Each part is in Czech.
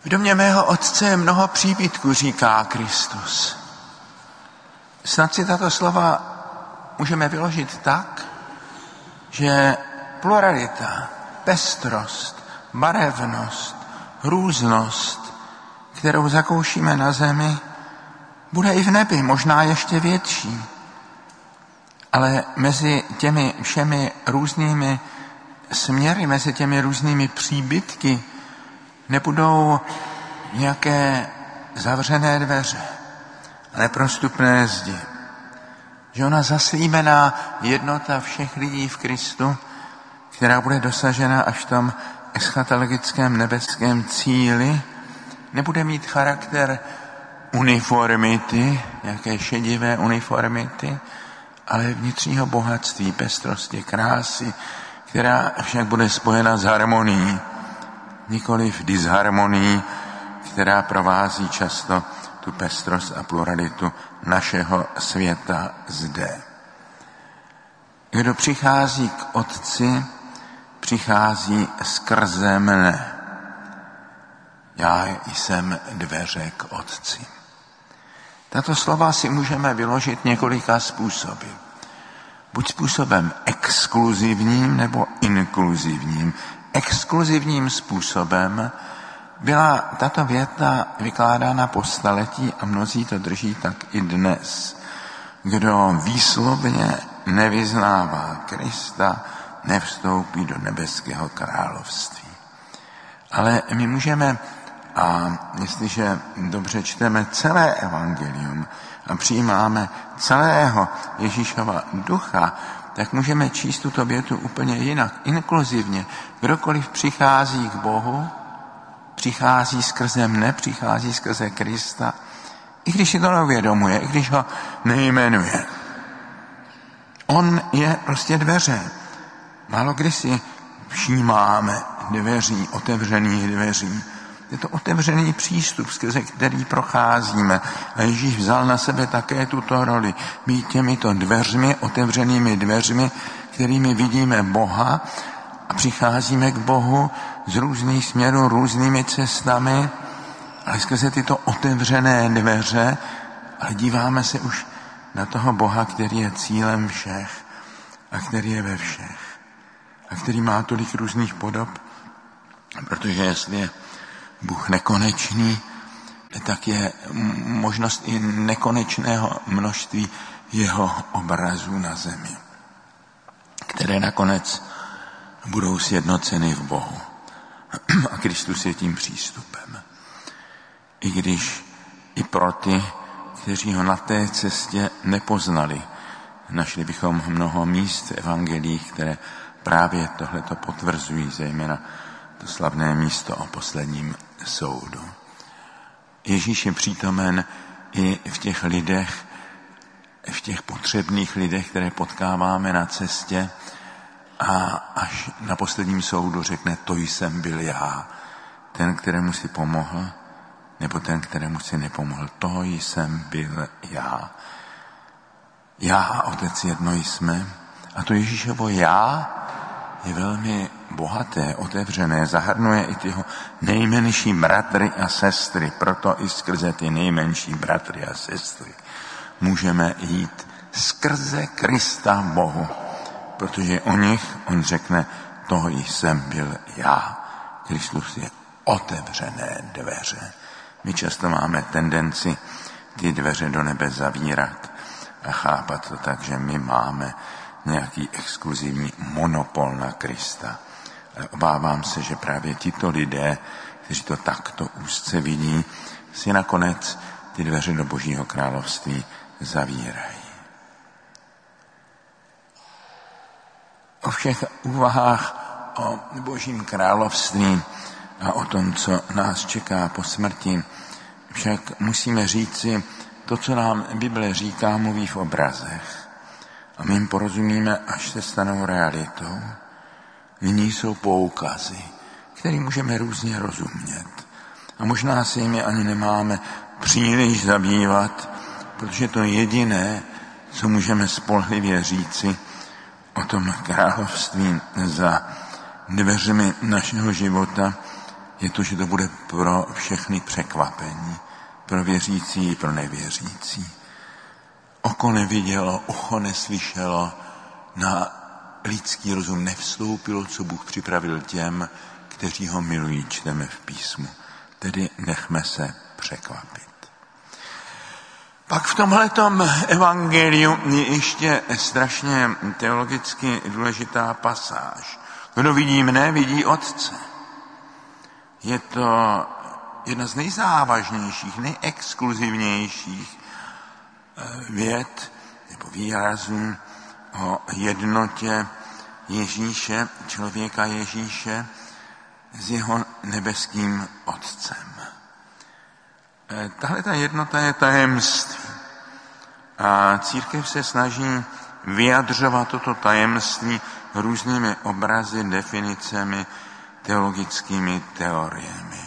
V domě mého otce je mnoho příbytků, říká Kristus. Snad si tato slova můžeme vyložit tak, že pluralita, pestrost, barevnost, různost, kterou zakoušíme na zemi, bude i v nebi, možná ještě větší. Ale mezi těmi všemi různými směry, mezi těmi různými příbytky nebudou nějaké zavřené dveře, neprostupné zdi. Že ona zaslíbená jednota všech lidí v Kristu, která bude dosažena až v tom eschatologickém nebeském cíli, nebude mít charakter uniformity, nějaké šedivé uniformity, ale vnitřního bohatství, pestrosti, krásy, která však bude spojena s harmonií, nikoliv disharmonií, která provází často tu pestrost a pluralitu našeho světa zde. Kdo přichází k Otci, přichází skrze mne. Já jsem dveře k Otci. Tato slova si můžeme vyložit několika způsoby. Buď způsobem exkluzivním nebo inkluzivním. Exkluzivním způsobem byla tato věta vykládána po staletí a mnozí to drží tak i dnes. Kdo výslovně nevyznává Krista, nevstoupí do nebeského království. Ale my můžeme, a jestliže dobře čteme celé evangelium a přijímáme celého Ježíšova ducha, tak můžeme číst tuto větu úplně jinak, inkluzivně. Kdokoliv přichází k Bohu, přichází skrze mne, přichází skrze Krista, i když si to neuvědomuje, i když ho nejmenuje. On je prostě dveře. Málo kdy si všímáme dveří, otevřených dveří. Je to otevřený přístup, skrze který procházíme. A Ježíš vzal na sebe také tuto roli. Být těmito dveřmi, otevřenými dveřmi, kterými vidíme Boha a přicházíme k Bohu z různých směrů, různými cestami, ale skrze tyto otevřené dveře, ale díváme se už na toho Boha, který je cílem všech a který je ve všech a který má tolik různých podob, protože jestli je Bůh nekonečný, tak je možnost i nekonečného množství jeho obrazů na zemi, které nakonec budou sjednoceny v Bohu. A Kristus je tím přístupem. I když i pro ty, kteří ho na té cestě nepoznali, našli bychom mnoho míst v evangelích, které právě tohleto potvrzují, zejména to slavné místo o posledním soudu. Ježíš je přítomen i v těch lidech, v těch potřebných lidech, které potkáváme na cestě, a až na posledním soudu řekne, to jsem byl já. Ten, kterému si pomohl, nebo ten, kterému si nepomohl. To jsem byl já. Já a Otec jedno jsme. A to Ježíšovo já je velmi bohaté, otevřené, zahrnuje i tyho nejmenší bratry a sestry. Proto i skrze ty nejmenší bratry a sestry můžeme jít skrze Krista Bohu. Protože o nich on řekne, toho jsem byl já. Kristus je otevřené dveře. My často máme tendenci ty dveře do nebe zavírat a chápat to tak, že my máme nějaký exkluzivní monopol na Krista. Ale obávám se, že právě tito lidé, kteří to takto úzce vidí, si nakonec ty dveře do Božího království zavírají. O všech úvahách o Božím království a o tom, co nás čeká po smrti, však musíme říci, to, co nám Bible říká, mluví v obrazech. A my jim porozumíme, až se stanou realitou. Nyní jsou poukazy, které můžeme různě rozumět. A možná se jimi ani nemáme příliš zabývat, protože to jediné, co můžeme spolehlivě říci o tom království za dveřmi našeho života, je to, že to bude pro všechny překvapení, pro věřící i pro nevěřící. Oko nevidělo, ucho neslyšelo, na lidský rozum nevstoupilo, co Bůh připravil těm, kteří ho milují, čteme v písmu. Tedy nechme se překvapit. Pak v tomhletom evangeliu je ještě strašně teologicky důležitá pasáž. Kdo vidí mne, vidí Otce. Je to jedna z nejzávažnějších, nejexkluzivnějších vět nebo výrazů o jednotě Ježíše, člověka Ježíše, s jeho nebeským Otcem. Tahle ta jednota je tajemství. A církev se snaží vyjadřovat toto tajemství různými obrazy, definicemi, teologickými teoriemi.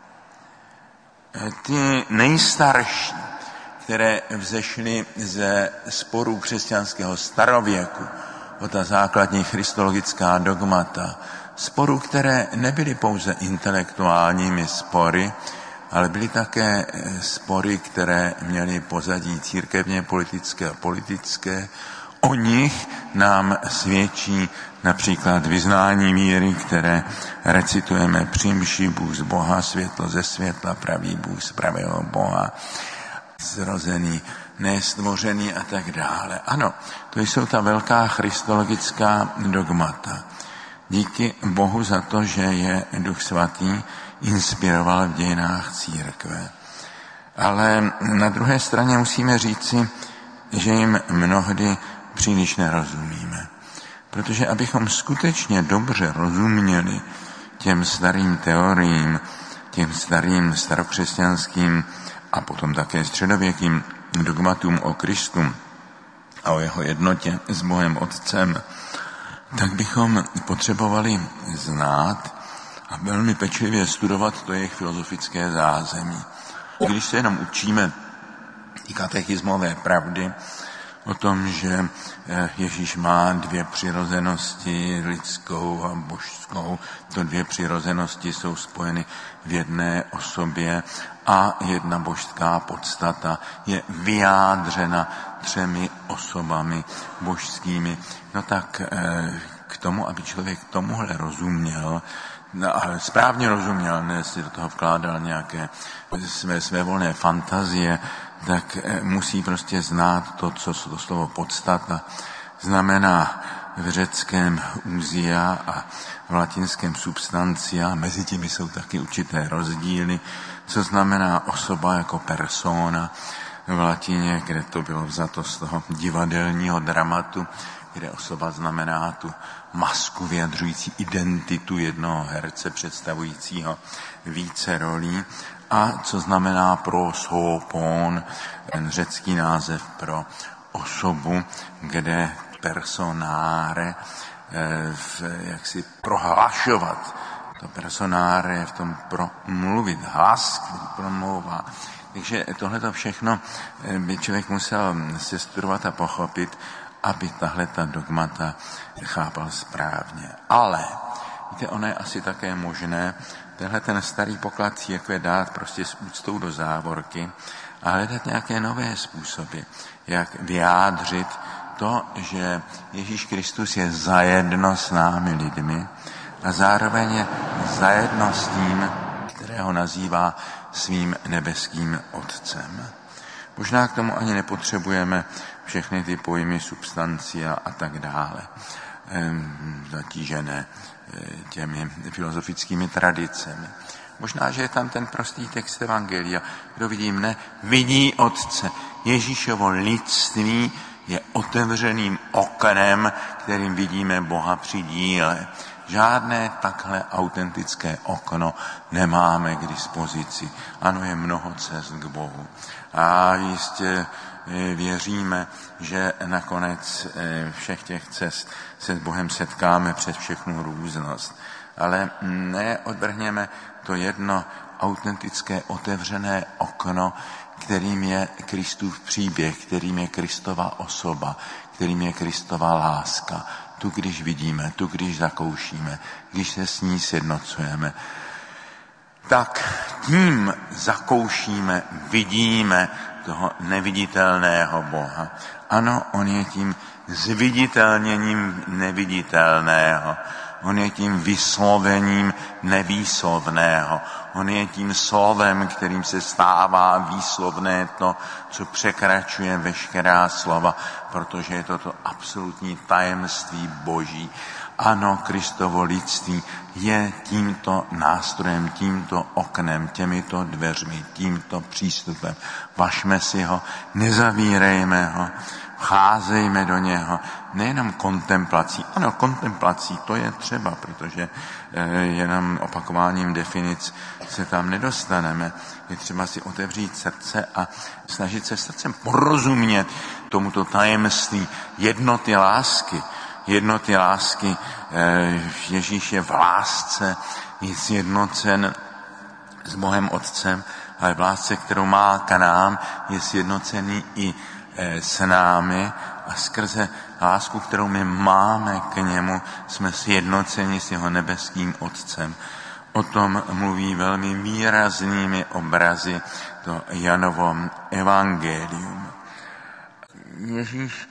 Ty nejstarší, které vzešly ze sporů křesťanského starověku, o ta základní christologická dogmata, sporů, které nebyly pouze intelektuálními spory, ale byly také spory, které měly pozadí církevně politické a politické. O nich nám svědčí například vyznání víry, které recitujeme při mši: Bůh z Boha, světlo ze světla, pravý Bůh z pravého Boha, zrozený, nestvořený a tak dále. Ano, to jsou ta velká christologická dogmata. Díky Bohu za to, že je Duch Svatý inspiroval v dějinách církve. Ale na druhé straně musíme říci, že jim mnohdy příliš nerozumíme. Protože abychom skutečně dobře rozuměli těm starým teoriím, těm starým starokřesťanským a potom také středověkým dogmatům o Kristu a o jeho jednotě s Bohem Otcem, tak bychom potřebovali znát a velmi pečlivě studovat to jejich filozofické zázemí. Když se jenom učíme i katechismové pravdy o tom, že Ježíš má dvě přirozenosti, lidskou a božskou, to dvě přirozenosti jsou spojeny v jedné osobě a jedna božská podstata je vyjádřena třemi osobami božskými. No tak k tomu, aby člověk tomuhle rozuměl, ale správně rozuměl, ne si do toho vkládal nějaké své volné fantazie, tak musí prostě znát to, co to slovo podstata znamená v řeckém úzia a v latinském substancia. Mezi těmi jsou taky určité rozdíly, co znamená osoba jako persona v latině, kde to bylo vzato z toho divadelního dramatu, kde osoba znamená tu masku vyjadřující identitu jednoho herce, představujícího více rolí, a co znamená prosopon, ten řecký název pro osobu, kde personáre, jak si prohlašovat. To personáre je v tom promluvit, hlas, který promlouvá. Takže tohleto všechno by člověk musel se studovat a pochopit, aby tahle ta dogmata chápal správně. Ale, víte, ono je asi také možné tenhle ten starý poklad církve dát prostě s úctou do závorky a hledat nějaké nové způsoby, jak vyjádřit to, že Ježíš Kristus je zajedno s námi lidmi a zároveň je zajedno s tím, kterého nazývá svým nebeským Otcem. Možná k tomu ani nepotřebujeme všechny ty pojmy substancia a tak dále, zatížené těmi filozofickými tradicemi. Možná, že je tam ten prostý text Evangelia. Kdo vidí mne, vidí Otce. Ježíšovo lidství je otevřeným oknem, kterým vidíme Boha při díle. Žádné takhle autentické okno nemáme k dispozici. Ano, je mnoho cest k Bohu. A jistě věříme, že nakonec všech těch cest se s Bohem setkáme přes všechnu různost. Ale neodvrhněme to jedno autentické otevřené okno, kterým je Kristův příběh, kterým je Kristova osoba, kterým je Kristova láska. Tu, když vidíme, tu, když zakoušíme, když se s ní sjednocujeme. tak tím zakoušíme, vidíme toho neviditelného Boha. Ano, on je tím zviditelněním neviditelného. On je tím vyslovením nevýslovného. On je tím slovem, kterým se stává výslovné to, co překračuje veškerá slova, protože je to absolutní tajemství Boží. Ano, Kristovo lidství je tímto nástrojem, tímto oknem, těmito dveřmi, tímto přístupem. Važme si ho, nezavírejme ho, vcházejme do něho, nejenom kontemplací. Ano, kontemplací to je třeba, protože jenom opakováním definic se tam nedostaneme. Je třeba si otevřít srdce a snažit se srdcem porozumět tomuto tajemství jednoty lásky. Jednoty lásky, Ježíš je v lásce sjednocen s Bohem Otcem, ale v lásce, kterou má k nám, je sjednocený i s námi a skrze lásku, kterou my máme k němu, jsme sjednoceni s jeho nebeským Otcem. O tom mluví velmi výraznými obrazy to Janovo evangelium. Ježíš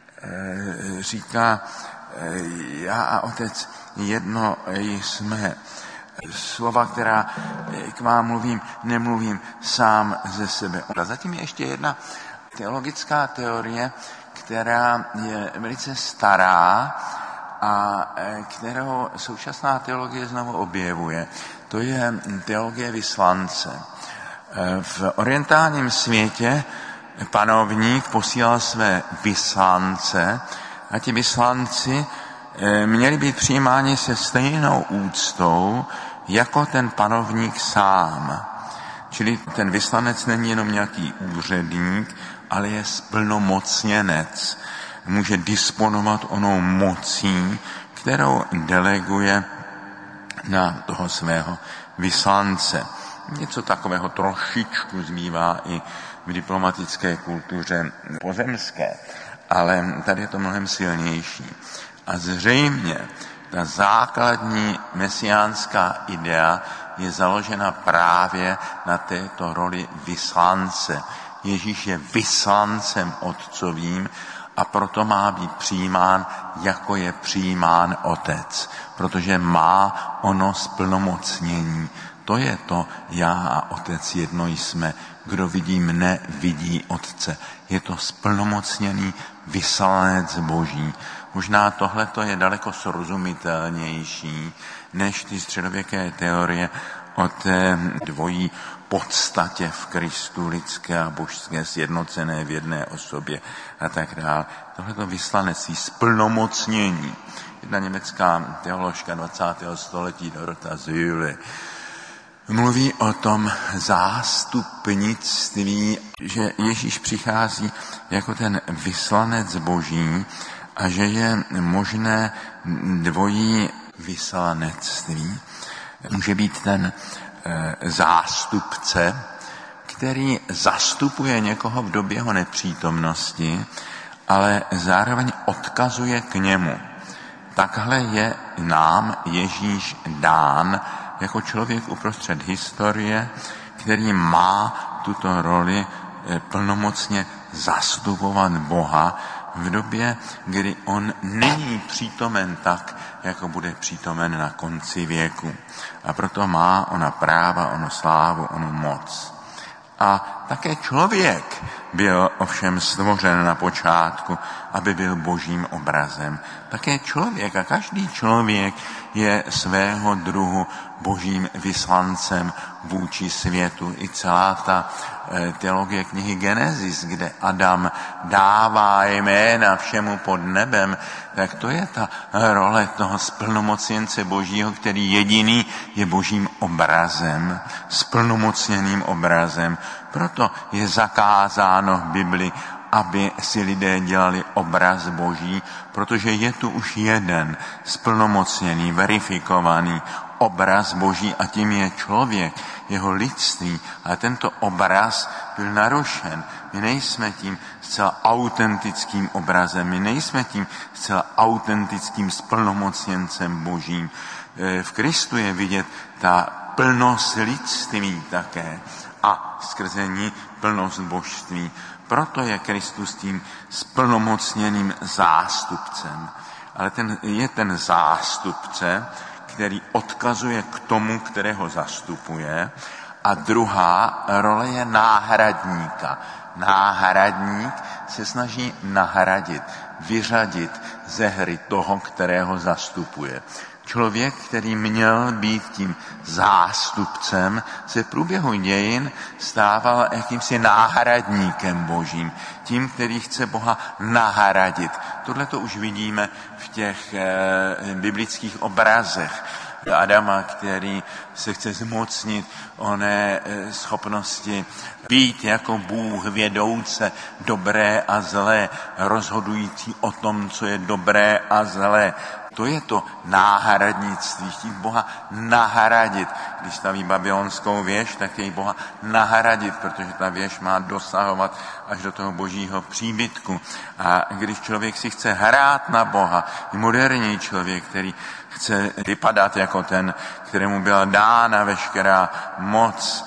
říká, já a Otec jedno jsme. Slova, která k vám mluvím, nemluvím sám ze sebe. A zatím je ještě jedna teologická teorie, která je velice stará a kterou současná teologie znovu objevuje. To je teologie vyslance. V orientálním světě panovník posílal své vyslance a ti vyslanci měli být přijímáni se stejnou úctou jako ten panovník sám. Čili ten vyslanec není jenom nějaký úředník, ale je splnomocněnec. Může disponovat onou mocí, kterou deleguje na toho svého vyslance. Něco takového trošičku zbývá i v diplomatické kultuře pozemské, ale tady je to mnohem silnější. A zřejmě ta základní mesiánská idea je založena právě na této roli vyslance. Ježíš je vyslancem otcovým a proto má být přijímán, jako je přijímán Otec, protože má ono splnomocnění. To je to, já a Otec jedno jsme. Kdo vidí mne, vidí Otce. Je to splnomocněný vyslanec Boží. Možná tohleto je daleko srozumitelnější než ty středověké teorie o té dvojí podstatě v Kristu, lidské a božské, sjednocené v jedné osobě a tak dále. Tohleto vyslanectví, splnomocnění. Jedna německá teoložka 20. století Dorota Sühle mluví o tom zástupnictví, že Ježíš přichází jako ten vyslanec Boží a že je možné dvojí vyslanectví. Může být ten zástupce, který zastupuje někoho v době jeho nepřítomnosti, ale zároveň odkazuje k němu. Takhle je nám Ježíš dán jako člověk uprostřed historie, který má tuto roli plnomocně zastupovat Boha v době, kdy on není přítomen tak, jako bude přítomen na konci věku. A proto má ona práva, ono slávu, ono moc. A také člověk byl ovšem stvořen na počátku, aby byl božím obrazem. Také člověk a každý člověk je svého druhu božím vyslancem vůči světu. I celá ta teologie knihy Genesis, kde Adam dává jména všemu pod nebem, tak to je ta role toho splnomocněnce božího, který jediný je božím obrazem, splnomocněným obrazem. Proto je zakázáno v Bibli, aby si lidé dělali obraz boží, protože je tu už jeden splnomocněný, verifikovaný obraz boží a tím je člověk, jeho lidství. A tento obraz byl narušen. My nejsme tím zcela autentickým obrazem, my nejsme tím zcela autentickým splnomocněncem božím. V Kristu je vidět ta plnost lidství také a skrze ní plnost božství. Proto je Kristus tím splnomocněným zástupcem. Ale je ten zástupce, který odkazuje k tomu, kterého zastupuje. A druhá role je náhradníka. Náhradník se snaží nahradit, vyřadit ze hry toho, kterého zastupuje. Člověk, který měl být tím zástupcem, se v průběhu dějin stával jakýmsi náhradníkem božím. Tím, který chce Boha nahradit. Tohle to už vidíme v těch biblických obrazech. Adama, který se chce zmocnit oné schopnosti být jako Bůh vědouce dobré a zlé, rozhodující o tom, co je dobré a zlé. To je to náhradnictví, chtít Boha nahradit. Když staví babylonskou věž, tak chtějí Boha nahradit, protože ta věž má dosahovat až do toho božího příbytku. A když člověk si chce hrát na Boha, je moderní člověk, který chce vypadat jako ten, kterému byla dána veškerá moc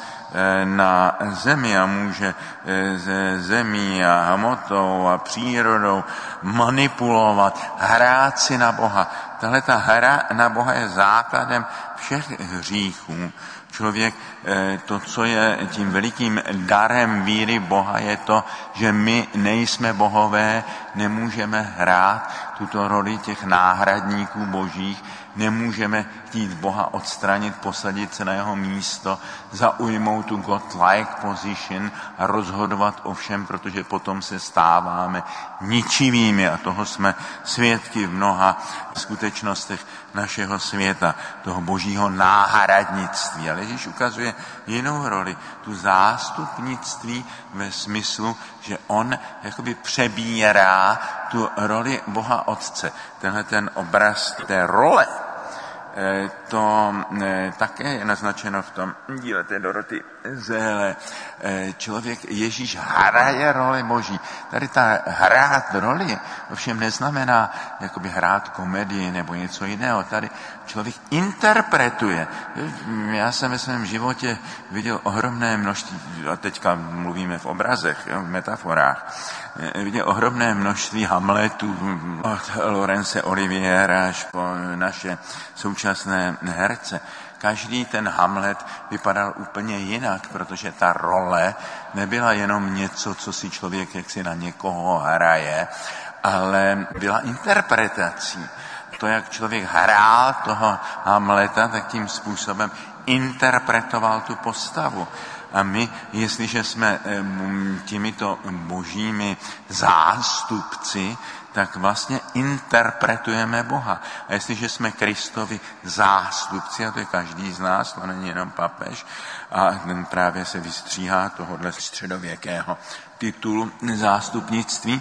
na zemi a může ze zemí a hmotou a přírodou manipulovat, hrát si na Boha. Tahle ta hra na Boha je základem všech hříchů. Člověk, to, co je tím velikým darem víry Boha, je to, že my nejsme bohové, nemůžeme hrát tuto roli těch náhradníků božích, nemůžeme chtít Boha odstranit, posadit se na jeho místo, zaujmout tu godlike position a rozhodovat o všem, protože potom se stáváme ničivými a toho jsme svědky v mnoha skutečnostech našeho světa, toho božího náhradnictví. Ale Ježíš ukazuje jinou roli, tu zástupnictví ve smyslu, že on jakoby přebírá tu roli Boha Otce. Tenhle ten obraz té role, to také je naznačeno v tom díle té Doroty Zéhle. Člověk, Ježíš hraje roli boží. Tady ta hrát roli ovšem neznamená jakoby hrát komedii nebo něco jiného. Tady člověk interpretuje. Já jsem ve svém životě viděl ohromné množství, a teďka mluvíme v obrazech, v metaforách, viděl ohromné množství Hamletů od Laurence Oliviera až po naše současné herce. Každý ten Hamlet vypadal úplně jinak, protože ta role nebyla jenom něco, co si člověk jaksi na někoho hraje, ale byla interpretací. To, jak člověk hrál toho Hamleta, tak tím způsobem interpretoval tu postavu. A my, jestliže jsme těmito božími zástupci, tak vlastně interpretujeme Boha. A jestliže jsme Kristovi zástupci, a to je každý z nás, to není jenom papež, a ten právě se vystříhá tohohle středověkého titulu zástupnictví,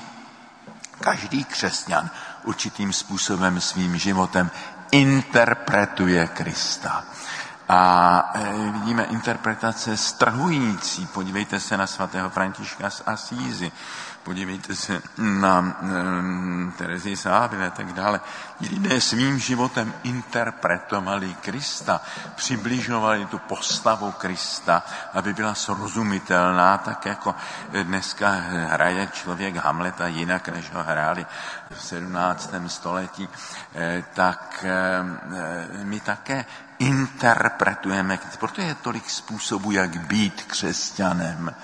každý křesťan určitým způsobem svým životem interpretuje Krista. A vidíme interpretace strhující. Podívejte se na svatého Františka z Asízy, podívejte se na Terezii z Ávily a tak dále. Lidé svým životem interpretovali Krista, přibližovali tu postavu Krista, aby byla srozumitelná, tak jako dneska hraje člověk Hamleta jinak, než ho hráli v 17. století, tak my také interpretujeme. Proto je tolik způsobů, jak být křesťanem.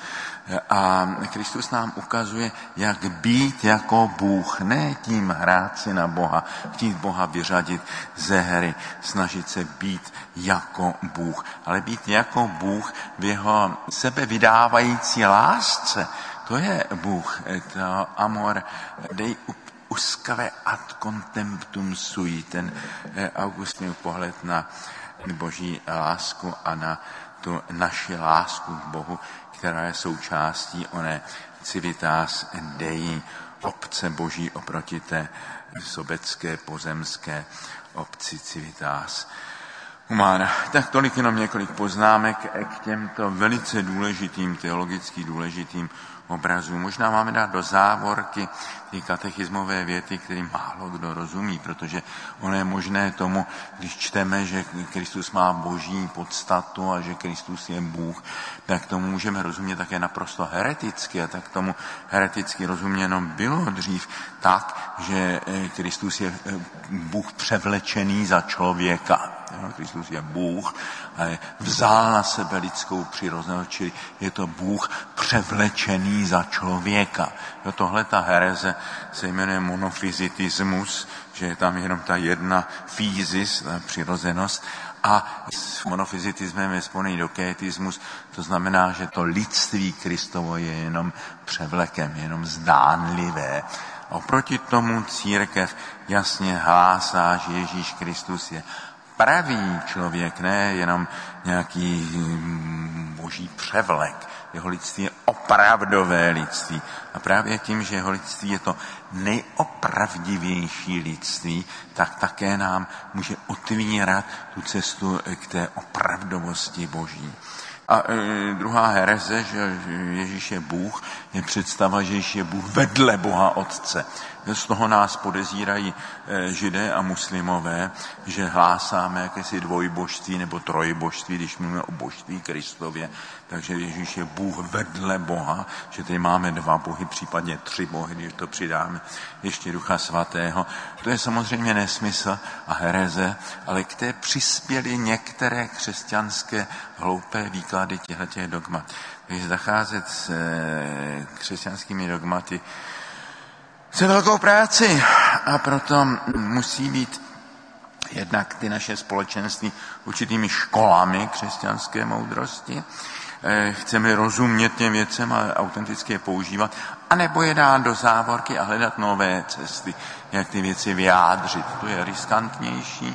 A Kristus nám ukazuje, jak být jako Bůh, ne tím hrát si na Boha, chtít Boha vyřadit ze hry, snažit se být jako Bůh, ale být jako Bůh v jeho sebevydávající lásce. To je Bůh, to amor dei uscave ad contemptum sui, ten Augustinův pohled na boží lásku a na tu naši lásku k Bohu, která je součástí oné civitas Dei, obce boží oproti té sobecké, pozemské obci civitas Humána. Tak tolik jenom několik poznámek k těmto velice důležitým, teologicky důležitým obrazům. Možná máme dát do závorky ty katechismové věty, kterým málo kdo rozumí, protože ono je možné tomu, když čteme, že Kristus má boží podstatu a že Kristus je Bůh, tak tomu můžeme rozumět také naprosto hereticky a tak tomu hereticky rozuměno bylo dřív tak, že Kristus je Bůh převlečený za člověka. Kristus je Bůh a vzal na sebe lidskou přirozenost, čili je to Bůh převlečený za člověka. Tohle ta hereze se jmenuje monofyzitismus, že je tam jenom ta jedna fyzis, ta přirozenost, a s monofyzitismem je spojený dokétismus, to znamená, že to lidství Kristovo je jenom převlekem, jenom zdánlivé. Oproti tomu církev jasně hlásá, že Ježíš Kristus je pravý člověk, ne jenom nějaký boží převlek. Jeho lidství je opravdové lidství. A právě tím, že jeho lidství je to nejopravdivější lidství, tak také nám může otvírat tu cestu k té opravdovosti boží. A druhá hereze, že Ježíš je Bůh, je představa, že Ježíš je Bůh vedle Boha Otce. Z toho nás podezírají Židé a muslimové, že hlásáme jakési dvojbožství nebo trojbožství, když mluvíme o božství Kristově. Takže Ježíš je Bůh vedle Boha, že tady máme dva bohy, případně tři bohy, když to přidáme ještě Ducha Svatého. To je samozřejmě nesmysl a hereze, ale k té přispěly některé křesťanské hloupé výklady těchto dogmat. Když zacházet s křesťanskými dogmaty se velkou práci a proto musí být jednak ty naše společenství určitými školami křesťanské moudrosti. Chceme rozumět těm věcem a autenticky je používat, anebo je dát do závorky a hledat nové cesty, jak ty věci vyjádřit. To je riskantnější,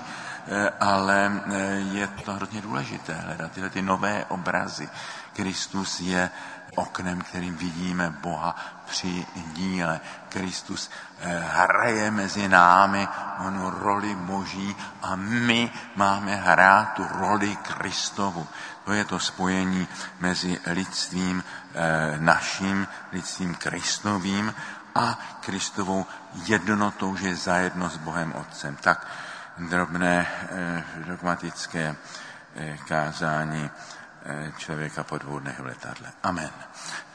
ale je to hrozně důležité hledat tyhle ty nové obrazy. Kristus je oknem, kterým vidíme Boha při díle. Kristus hraje mezi námi onu roli Boží a my máme hrát tu roli Kristovu. To je to spojení mezi lidstvím naším, lidstvím Kristovým a Kristovou jednotou, že je zajedno s Bohem Otcem. Tak drobné dogmatické kázání člověka po 2 dnech v letadle. Amen.